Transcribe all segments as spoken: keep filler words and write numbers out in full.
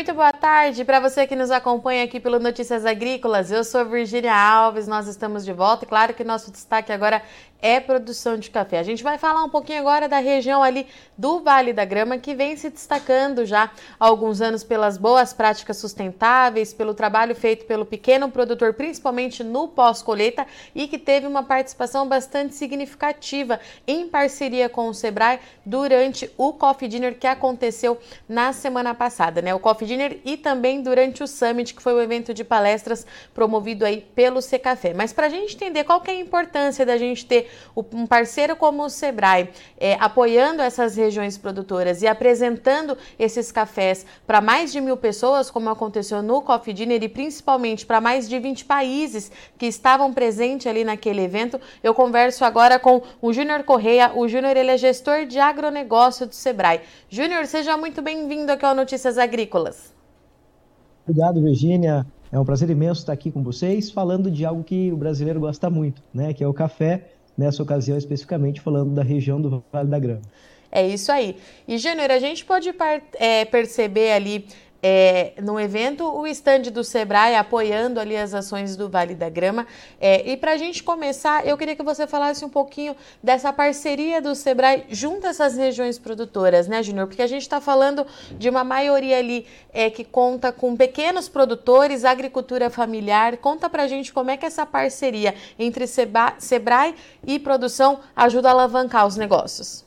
Muito boa tarde para você que nos acompanha aqui pelo Notícias Agrícolas. Eu sou Virgínia Alves, nós estamos de volta e claro que nosso destaque agora é produção de café. A gente vai falar um pouquinho agora da região ali do Vale da Grama, que vem se destacando já há alguns anos pelas boas práticas sustentáveis, pelo trabalho feito pelo pequeno produtor, principalmente no pós-colheita, e que teve uma participação bastante significativa em parceria com o Sebrae durante o Coffee Dinner que aconteceu na semana passada, né? O Coffee Dinner e também durante o Summit, que foi o evento de palestras promovido aí pelo Secafé. Mas para a gente entender qual que é a importância da gente ter um parceiro como o Sebrae é, apoiando essas regiões produtoras e apresentando esses cafés para mais de mil pessoas, como aconteceu no Coffee Dinner, e principalmente para mais de vinte países que estavam presentes ali naquele evento, eu converso agora com o Júnior Correia. O Júnior, ele é gestor de agronegócio do Sebrae. Júnior, seja muito bem-vindo aqui ao Notícias Agrícolas. Obrigado, Virgínia. É um prazer imenso estar aqui com vocês, falando de algo que o brasileiro gosta muito, né? Que é o café, nessa ocasião especificamente falando da região do Vale da Grama. É isso aí. E, Júnior, a gente pode é, perceber ali É, no evento, o stand do Sebrae apoiando ali as ações do Vale da Grama. É, e para a gente começar, eu queria que você falasse um pouquinho dessa parceria do Sebrae junto a essas regiões produtoras, né, Júnior? Porque a gente está falando de uma maioria ali é, que conta com pequenos produtores, agricultura familiar. Conta para a gente como é que essa parceria entre Seba, Sebrae e produção ajuda a alavancar os negócios.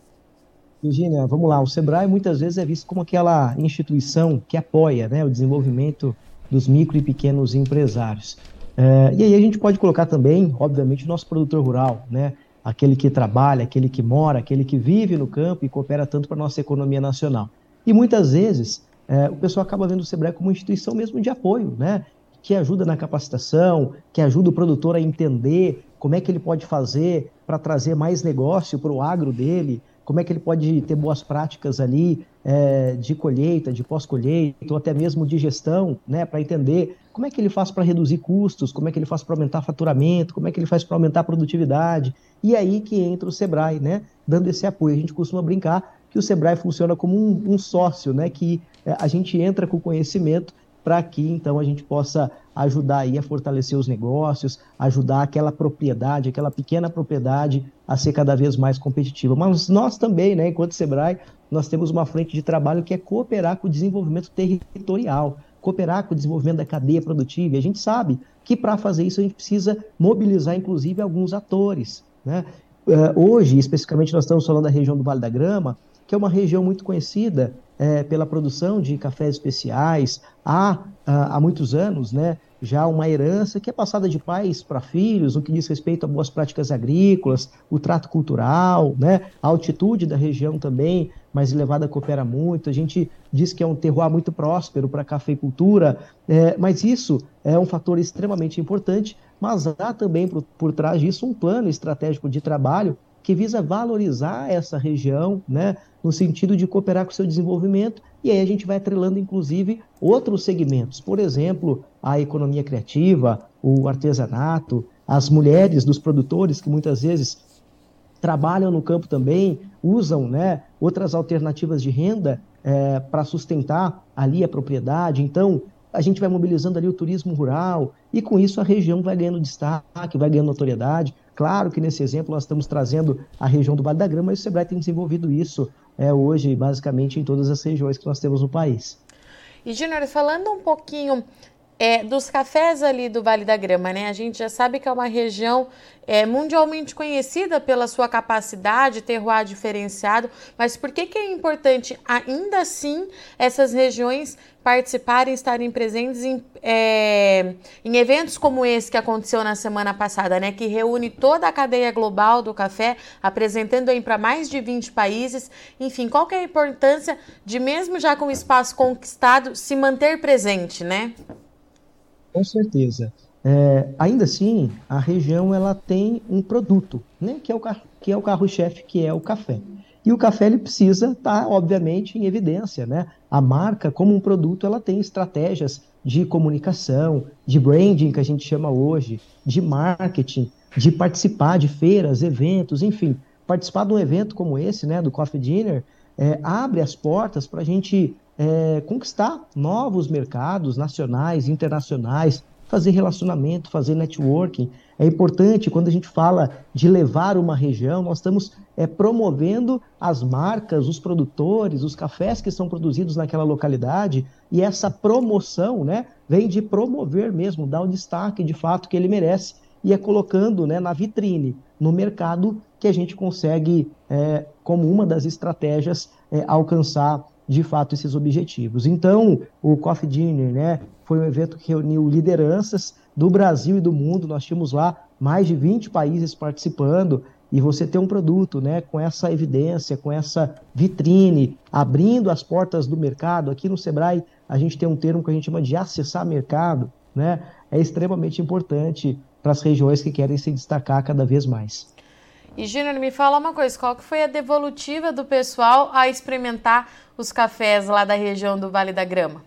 Virgínia, vamos lá. O Sebrae muitas vezes é visto como aquela instituição que apoia, né, o desenvolvimento dos micro e pequenos empresários. É, e aí a gente pode colocar também, obviamente, o nosso produtor rural, né, aquele que trabalha, aquele que mora, aquele que vive no campo e coopera tanto para a nossa economia nacional. E muitas vezes é, o pessoal acaba vendo o Sebrae como uma instituição mesmo de apoio, né, que ajuda na capacitação, que ajuda o produtor a entender como é que ele pode fazer para trazer mais negócio para o agro dele, como é que ele pode ter boas práticas ali é, de colheita, de pós-colheita, ou até mesmo de gestão, né, para entender como é que ele faz para reduzir custos, como é que ele faz para aumentar faturamento, como é que ele faz para aumentar a produtividade. E aí que entra o Sebrae, né, dando esse apoio. A gente costuma brincar que o Sebrae funciona como um, um sócio, né, que é, a gente entra com conhecimento para que, então, a gente possa ajudar aí a fortalecer os negócios, ajudar aquela propriedade, aquela pequena propriedade a ser cada vez mais competitiva. Mas nós também, né, enquanto Sebrae, nós temos uma frente de trabalho que é cooperar com o desenvolvimento territorial, cooperar com o desenvolvimento da cadeia produtiva. E a gente sabe que para fazer isso a gente precisa mobilizar, inclusive, alguns atores, né? Uh, hoje, especificamente, nós estamos falando da região do Vale da Grama, que é uma região muito conhecida é, pela produção de cafés especiais. Há, há muitos anos, né, já uma herança que é passada de pais para filhos, no que diz respeito a boas práticas agrícolas, o trato cultural, né, a altitude da região também, mais elevada, coopera muito. A gente diz que é um terroir muito próspero para a cafeicultura, é, mas isso é um fator extremamente importante, mas há também por, por trás disso um plano estratégico de trabalho que visa valorizar essa região, né, no sentido de cooperar com o seu desenvolvimento, e aí a gente vai atrelando, inclusive, outros segmentos, por exemplo, a economia criativa, o artesanato, as mulheres dos produtores, que muitas vezes trabalham no campo também, usam, né, outras alternativas de renda é, para sustentar ali a propriedade. Então, a gente vai mobilizando ali o turismo rural, e com isso a região vai ganhando destaque, vai ganhando notoriedade. Claro que nesse exemplo nós estamos trazendo a região do Vale da Grama, mas o Sebrae tem desenvolvido isso é, hoje, basicamente, em todas as regiões que nós temos no país. E, Júnior, falando um pouquinho é, dos cafés ali do Vale da Grama, né? A gente já sabe que é uma região é, mundialmente conhecida pela sua capacidade, terroir diferenciado, mas por que que é importante, ainda assim, essas regiões participarem, estarem presentes em, é, em eventos como esse que aconteceu na semana passada, né? Que reúne toda a cadeia global do café, apresentando aí para mais de vinte países. Enfim, qual que é a importância de, mesmo já com o espaço conquistado, se manter presente, né? Com certeza. É, ainda assim, a região ela tem um produto, né, que é o, que é o carro-chefe, que é o café. E o café ele precisa estar, obviamente, em evidência, né? A marca, como um produto, ela tem estratégias de comunicação, de branding, que a gente chama hoje, de marketing, de participar de feiras, eventos, enfim. Participar de um evento como esse, né, do Coffee Dinner, é, abre as portas para a gente é, conquistar novos mercados nacionais, internacionais, fazer relacionamento, fazer networking. É importante, quando a gente fala de levar uma região, nós estamos é, promovendo as marcas, os produtores, os cafés que são produzidos naquela localidade, e essa promoção, né, vem de promover mesmo, dar o destaque de fato que ele merece, e é colocando, né, na vitrine, no mercado, que a gente consegue, é, como uma das estratégias, é, alcançar de fato esses objetivos. Então, o Coffee Dinner, né, foi um evento que reuniu lideranças do Brasil e do mundo. Nós tínhamos lá mais de vinte países participando, e você ter um produto, né, com essa evidência, com essa vitrine, abrindo as portas do mercado. Aqui no Sebrae a gente tem um termo que a gente chama de acessar mercado, né, é extremamente importante para as regiões que querem se destacar cada vez mais. E, Júnior, me fala uma coisa, qual que foi a devolutiva do pessoal a experimentar os cafés lá da região do Vale da Grama?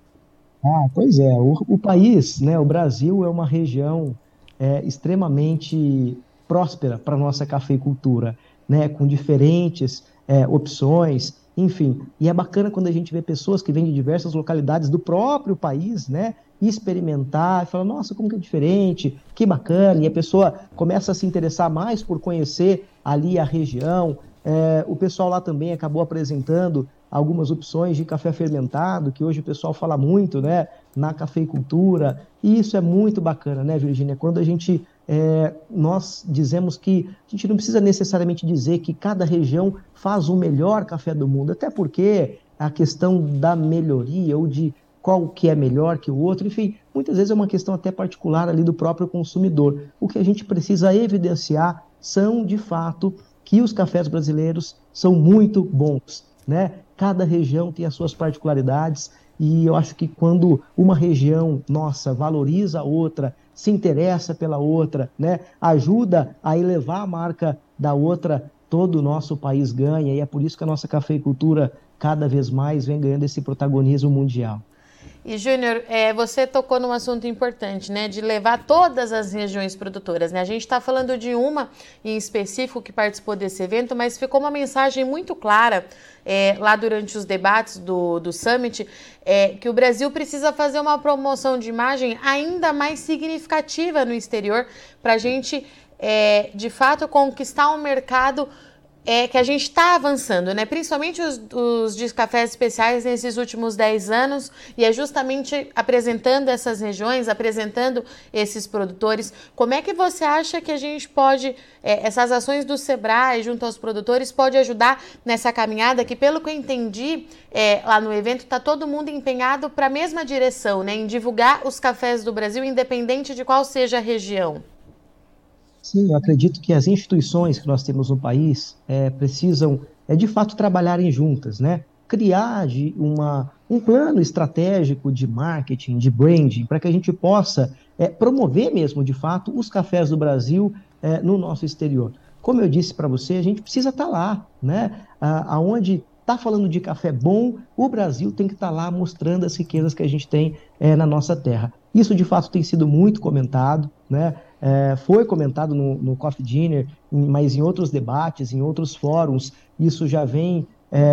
Ah, pois é, o, o país, né, o Brasil é uma região é, extremamente próspera para a nossa cafeicultura, né, com diferentes é, opções, enfim. E é bacana quando a gente vê pessoas que vêm de diversas localidades do próprio país, né, experimentar, e falar, nossa, como que é diferente, que bacana, e a pessoa começa a se interessar mais por conhecer ali a região. É, o pessoal lá também acabou apresentando algumas opções de café fermentado, que hoje o pessoal fala muito, né, na cafeicultura, e isso é muito bacana, né, Virgínia? Quando a gente, é, nós dizemos que a gente não precisa necessariamente dizer que cada região faz o melhor café do mundo, até porque a questão da melhoria ou de qual que é melhor que o outro, enfim, muitas vezes é uma questão até particular ali do próprio consumidor. O que a gente precisa evidenciar são, de fato, que os cafés brasileiros são muito bons, né? Cada região tem as suas particularidades, e eu acho que quando uma região nossa valoriza a outra, se interessa pela outra, né, ajuda a elevar a marca da outra, todo o nosso país ganha, e é por isso que a nossa cafeicultura cada vez mais vem ganhando esse protagonismo mundial. E, Júnior, é, você tocou num assunto importante, né, de levar todas as regiões produtoras, né? A gente está falando de uma em específico que participou desse evento, mas ficou uma mensagem muito clara é, lá durante os debates do, do Summit, é, que o Brasil precisa fazer uma promoção de imagem ainda mais significativa no exterior para a gente, é, de fato, conquistar um mercado É que a gente está avançando, né? Principalmente os, os de cafés especiais nesses últimos dez anos, e é justamente apresentando essas regiões, apresentando esses produtores. Como é que você acha que a gente pode, é, essas ações do Sebrae junto aos produtores, pode ajudar nessa caminhada que, pelo que eu entendi é, lá no evento, está todo mundo empenhado para a mesma direção, né? Em divulgar os cafés do Brasil, independente de qual seja a região. Sim, eu acredito que as instituições que nós temos no país é, precisam, é, de fato, trabalharem juntas, né? Criar de uma, um plano estratégico de marketing, de branding, para que a gente possa é, promover mesmo, de fato, os cafés do Brasil é, no nosso exterior. Como eu disse para você, a gente precisa estar lá, né? A, aonde está falando de café bom, o Brasil tem que estar lá mostrando as riquezas que a gente tem é, na nossa terra. Isso, de fato, tem sido muito comentado, né? É, foi comentado no, no Coffee Dinner, mas em outros debates, em outros fóruns, isso já vem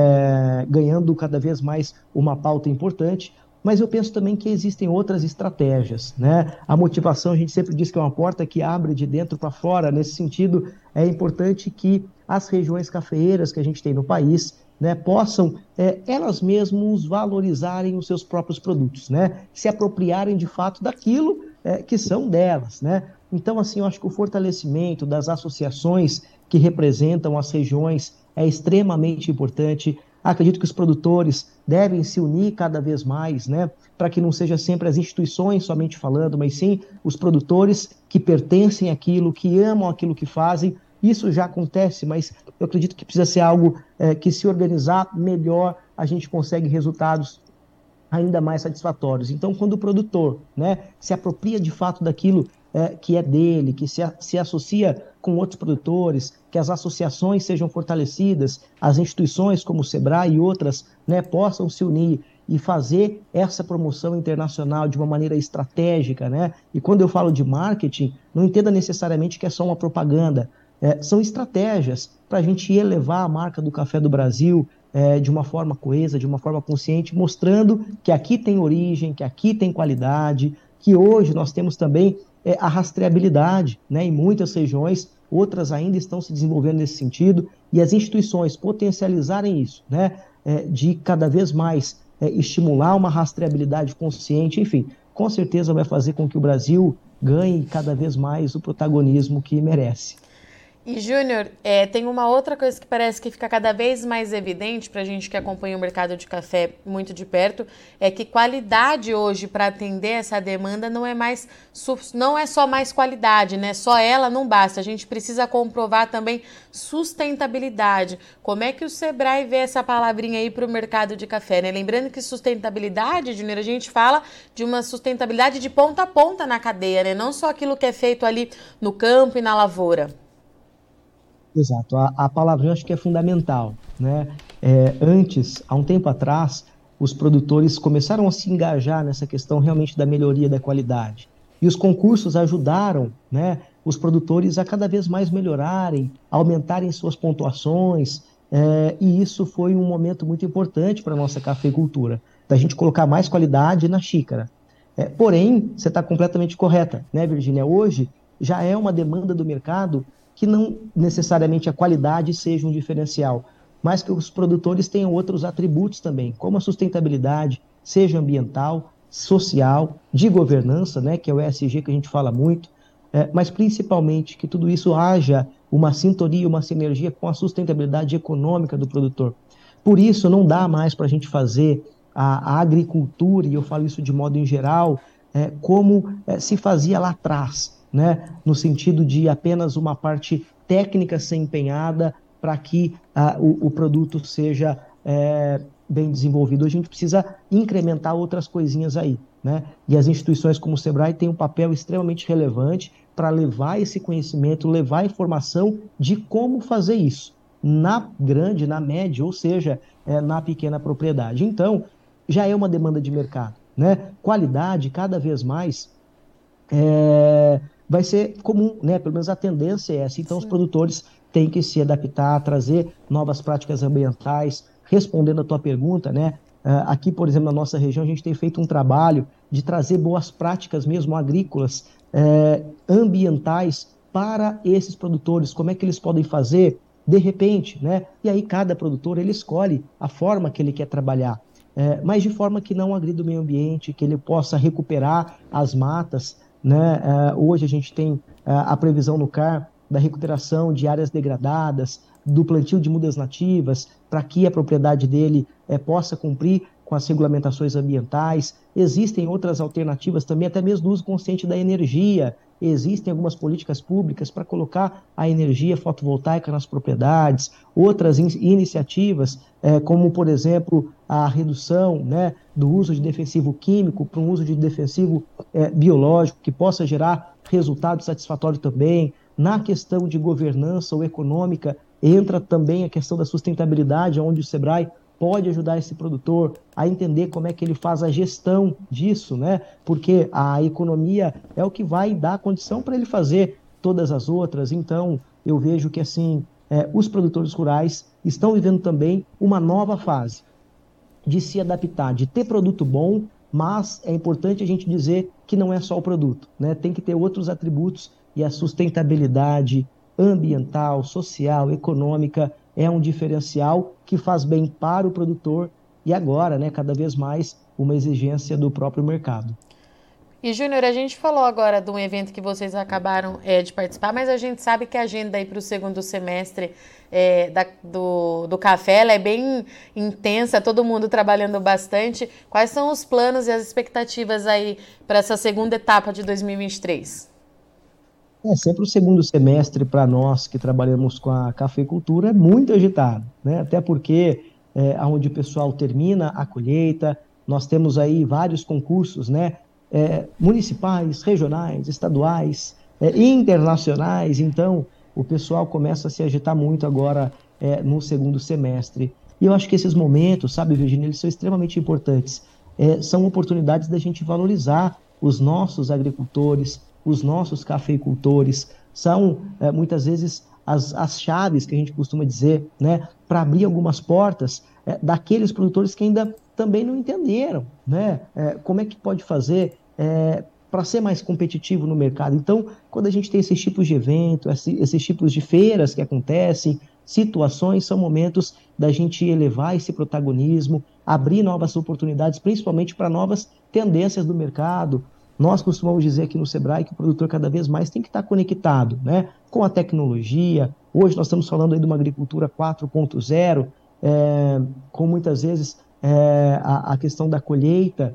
é, ganhando cada vez mais uma pauta importante. Mas eu penso também que existem outras estratégias, né? A motivação, a gente sempre diz que é uma porta que abre de dentro para fora. Nesse sentido, é importante que as regiões cafeeiras que a gente tem no país, né, possam é, elas mesmas valorizarem os seus próprios produtos, né? Se apropriarem de fato daquilo é, que são delas, né? Então, assim, eu acho que o fortalecimento das associações que representam as regiões é extremamente importante. Acredito que os produtores devem se unir cada vez mais, né, para que não seja sempre as instituições somente falando, mas sim os produtores que pertencem àquilo, que amam aquilo que fazem. Isso já acontece, mas eu acredito que precisa ser algo é, que, se organizar melhor, a gente consegue resultados ainda mais satisfatórios. Então, quando o produtor, né, se apropria de fato daquilo é, que é dele, que se, se associa com outros produtores, que as associações sejam fortalecidas, as instituições como o Sebrae e outras, né, possam se unir e fazer essa promoção internacional de uma maneira estratégica, né? E quando eu falo de marketing, não entenda necessariamente que é só uma propaganda. É, são estratégias para a gente elevar a marca do café do Brasil é, de uma forma coesa, de uma forma consciente, mostrando que aqui tem origem, que aqui tem qualidade, que hoje nós temos também é, a rastreabilidade, né, em muitas regiões, outras ainda estão se desenvolvendo nesse sentido, e as instituições potencializarem isso, né, é, de cada vez mais é, estimular uma rastreabilidade consciente, enfim, com certeza vai fazer com que o Brasil ganhe cada vez mais o protagonismo que merece. E, Júnior, é, tem uma outra coisa que parece que fica cada vez mais evidente para a gente que acompanha o mercado de café muito de perto, é que qualidade hoje para atender essa demanda não é mais não é só mais qualidade, né? Só ela não basta. A gente precisa comprovar também sustentabilidade. Como é que o Sebrae vê essa palavrinha aí para o mercado de café, né? Lembrando que sustentabilidade, Júnior, a gente fala de uma sustentabilidade de ponta a ponta na cadeia, né? Não só aquilo que é feito ali no campo e na lavoura. Exato, a, a palavra eu acho que é fundamental, né? É, antes, há um tempo atrás, os produtores começaram a se engajar nessa questão realmente da melhoria da qualidade. E os concursos ajudaram, né, os produtores a cada vez mais melhorarem, aumentarem suas pontuações, é, e isso foi um momento muito importante para a nossa cafeicultura, da gente colocar mais qualidade na xícara. É, porém, você está completamente correta, né, Virgínia? Hoje já é uma demanda do mercado que não necessariamente a qualidade seja um diferencial, mas que os produtores tenham outros atributos também, como a sustentabilidade, seja ambiental, social, de governança, né, que é o E S G que a gente fala muito, é, mas principalmente que tudo isso haja uma sintonia, uma sinergia com a sustentabilidade econômica do produtor. Por isso, não dá mais para a gente fazer a, a agricultura, e eu falo isso de modo em geral, é, como é, se fazia lá atrás, né, no sentido de apenas uma parte técnica ser empenhada para que ah, o, o produto seja é, bem desenvolvido. A gente precisa incrementar outras coisinhas aí, né? E as instituições como o Sebrae têm um papel extremamente relevante para levar esse conhecimento, levar a informação de como fazer isso na grande, na média, ou seja, é, na pequena propriedade. Então, já é uma demanda de mercado, né? Qualidade, cada vez mais, é, vai ser comum, né? Pelo menos a tendência é essa. Então, Sim. Os produtores têm que se adaptar, trazer novas práticas ambientais. Respondendo a tua pergunta, né? Aqui, por exemplo, na nossa região, a gente tem feito um trabalho de trazer boas práticas mesmo agrícolas, é, ambientais para esses produtores. Como é que eles podem fazer de repente, né? E aí cada produtor ele escolhe a forma que ele quer trabalhar. É, mas de forma que não agrida o meio ambiente, que ele possa recuperar as matas, né? É, hoje a gente tem é, a previsão no C A R da recuperação de áreas degradadas, do plantio de mudas nativas, para que a propriedade dele é, possa cumprir com as regulamentações ambientais. Existem outras alternativas também, até mesmo do uso consciente da energia. Existem algumas políticas públicas para colocar a energia fotovoltaica nas propriedades, outras in iniciativas, é, como, por exemplo, a redução, né, do uso de defensivo químico para um uso de defensivo é, biológico, que possa gerar resultado satisfatório também. Na questão de governança ou econômica, entra também a questão da sustentabilidade, onde o Sebrae pode ajudar esse produtor a entender como é que ele faz a gestão disso, né? Porque a economia é o que vai dar condição para ele fazer todas as outras. Então, eu vejo que, assim, é, os produtores rurais estão vivendo também uma nova fase de se adaptar, de ter produto bom, mas é importante a gente dizer que não é só o produto, né? Tem que ter outros atributos, e a sustentabilidade ambiental, social, econômica é um diferencial que faz bem para o produtor e agora, né, cada vez mais, uma exigência do próprio mercado. E, Júnior, a gente falou agora de um evento que vocês acabaram é, de participar, mas a gente sabe que a agenda aí para o segundo semestre é, da, do, do café ela é bem intensa, todo mundo trabalhando bastante. Quais são os planos e as expectativas aí para essa segunda etapa de dois mil e vinte e três? É, sempre o segundo semestre para nós que trabalhamos com a cafeicultura é muito agitado, né? Até porque é onde o pessoal termina a colheita, nós temos aí vários concursos, né? É, municipais, regionais, estaduais, é, internacionais, então o pessoal começa a se agitar muito agora é, no segundo semestre. E eu acho que esses momentos, sabe, Virginia, eles são extremamente importantes. É, são oportunidades da gente valorizar os nossos agricultores, os nossos cafeicultores, são é, muitas vezes as, as chaves que a gente costuma dizer, né, para abrir algumas portas é, daqueles produtores que ainda também não entenderam, né, é, como é que pode fazer é, para ser mais competitivo no mercado. Então, quando a gente tem esses tipos de evento, esses, esses tipos de feiras que acontecem, situações, são momentos da gente elevar esse protagonismo, abrir novas oportunidades, principalmente para novas tendências do mercado. Nós costumamos dizer aqui no Sebrae que o produtor cada vez mais tem que estar conectado, né, com a tecnologia. Hoje nós estamos falando aí de uma agricultura quatro ponto zero, é, com muitas vezes é, a, a questão da colheita,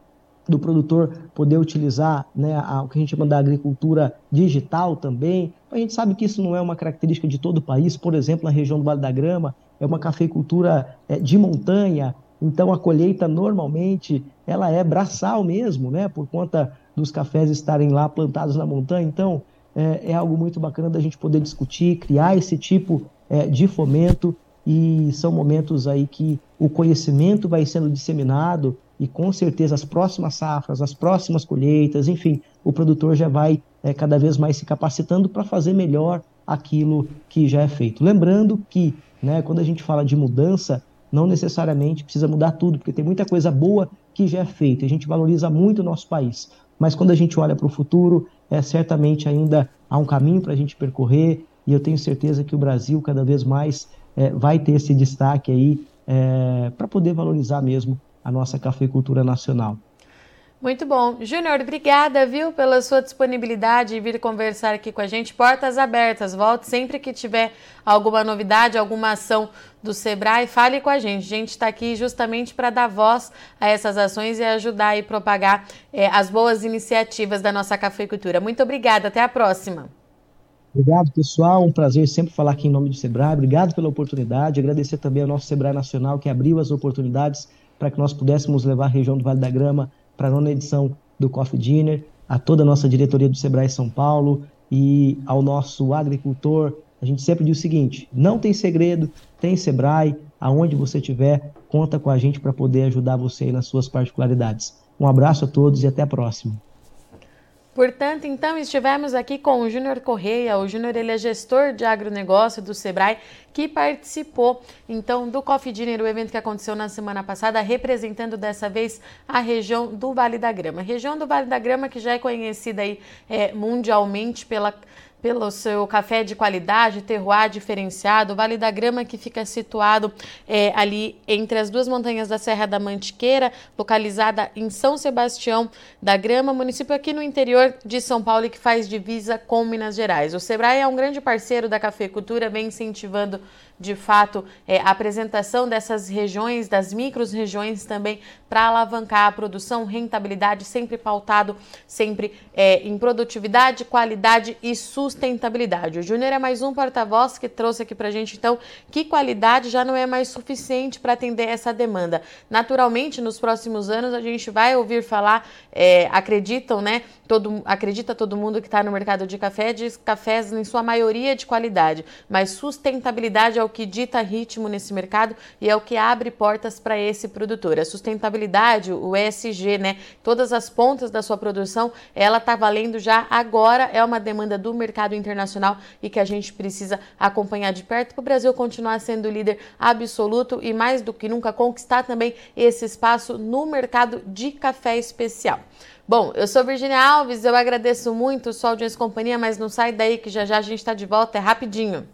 do produtor poder utilizar, né, a, o que a gente chama da agricultura digital também. A gente sabe que isso não é uma característica de todo o país. Por exemplo, na região do Vale da Grama, é uma cafeicultura é, de montanha, então a colheita normalmente ela é braçal mesmo, né, por conta dos cafés estarem lá plantados na montanha. Então é, é algo muito bacana da gente poder discutir, criar esse tipo é, de fomento, e são momentos aí que o conhecimento vai sendo disseminado, e com certeza as próximas safras, as próximas colheitas, enfim, o produtor já vai é, cada vez mais se capacitando para fazer melhor aquilo que já é feito. Lembrando que, né, quando a gente fala de mudança, não necessariamente precisa mudar tudo, porque tem muita coisa boa que já é feita, a gente valoriza muito o nosso país, mas quando a gente olha para o futuro, é, certamente ainda há um caminho para a gente percorrer, e eu tenho certeza que o Brasil cada vez mais é, vai ter esse destaque aí é, para poder valorizar mesmo a nossa cafeicultura nacional. Muito bom. Júnior, obrigada, viu, pela sua disponibilidade e vir conversar aqui com a gente. Portas abertas, volte sempre que tiver alguma novidade, alguma ação do Sebrae, fale com a gente. A gente está aqui justamente para dar voz a essas ações e ajudar e propagar é, as boas iniciativas da nossa cafeicultura. Muito obrigada, até a próxima. Obrigado, pessoal. Um prazer sempre falar aqui em nome do Sebrae. Obrigado pela oportunidade. Agradecer também ao nosso Sebrae Nacional, que abriu as oportunidades para que nós pudéssemos levar a região do Vale da Grama para a nona edição do Coffee Dinner, a toda a nossa diretoria do Sebrae São Paulo e ao nosso agricultor. A gente sempre diz o seguinte: não tem segredo, tem Sebrae, aonde você estiver, conta com a gente para poder ajudar você aí nas suas particularidades. Um abraço a todos e até a próxima. Portanto, então, estivemos aqui com o Júnior Correia. O Júnior, ele é gestor de agronegócio do Sebrae, que participou, então, do Coffee Dinner, o evento que aconteceu na semana passada, representando dessa vez a região do Vale da Grama. A região do Vale da Grama que já é conhecida aí, é, mundialmente pela... pelo seu café de qualidade, terroir diferenciado. O Vale da Grama, que fica situado é, ali entre as duas montanhas da Serra da Mantiqueira, localizada em São Sebastião da Grama, município aqui no interior de São Paulo e que faz divisa com Minas Gerais. O Sebrae é um grande parceiro da cafeicultura, vem incentivando de fato é, a apresentação dessas regiões, das micro-regiões também, para alavancar a produção, rentabilidade, sempre pautado, sempre é, em produtividade, qualidade e sustentabilidade. O Júnior é mais um porta-voz que trouxe aqui para a gente, então, que qualidade já não é mais suficiente para atender essa demanda. Naturalmente, nos próximos anos, a gente vai ouvir falar, é, acreditam, né? Todo, acredita todo mundo que está no mercado de café, de cafés em sua maioria de qualidade, mas sustentabilidade é o que dita ritmo nesse mercado e é o que abre portas para esse produtor. A sustentabilidade, o E S G, né, todas as pontas da sua produção, ela está valendo já agora, é uma demanda do mercado internacional e que a gente precisa acompanhar de perto para o Brasil continuar sendo líder absoluto e mais do que nunca conquistar também esse espaço no mercado de café especial. Bom, eu sou Virgínia Alves, eu agradeço muito sua audiência e companhia, mas não sai daí que já já a gente está de volta, é rapidinho.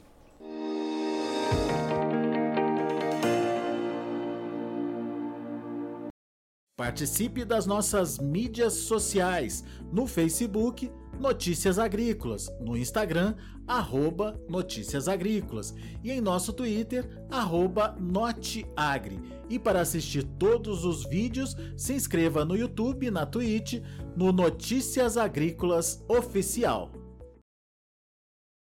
Participe das nossas mídias sociais, no Facebook, Notícias Agrícolas, no Instagram, arroba Notícias Agrícolas e em nosso Twitter, arroba Noteagri. E para assistir todos os vídeos, se inscreva no YouTube, na Twitch, no Notícias Agrícolas Oficial.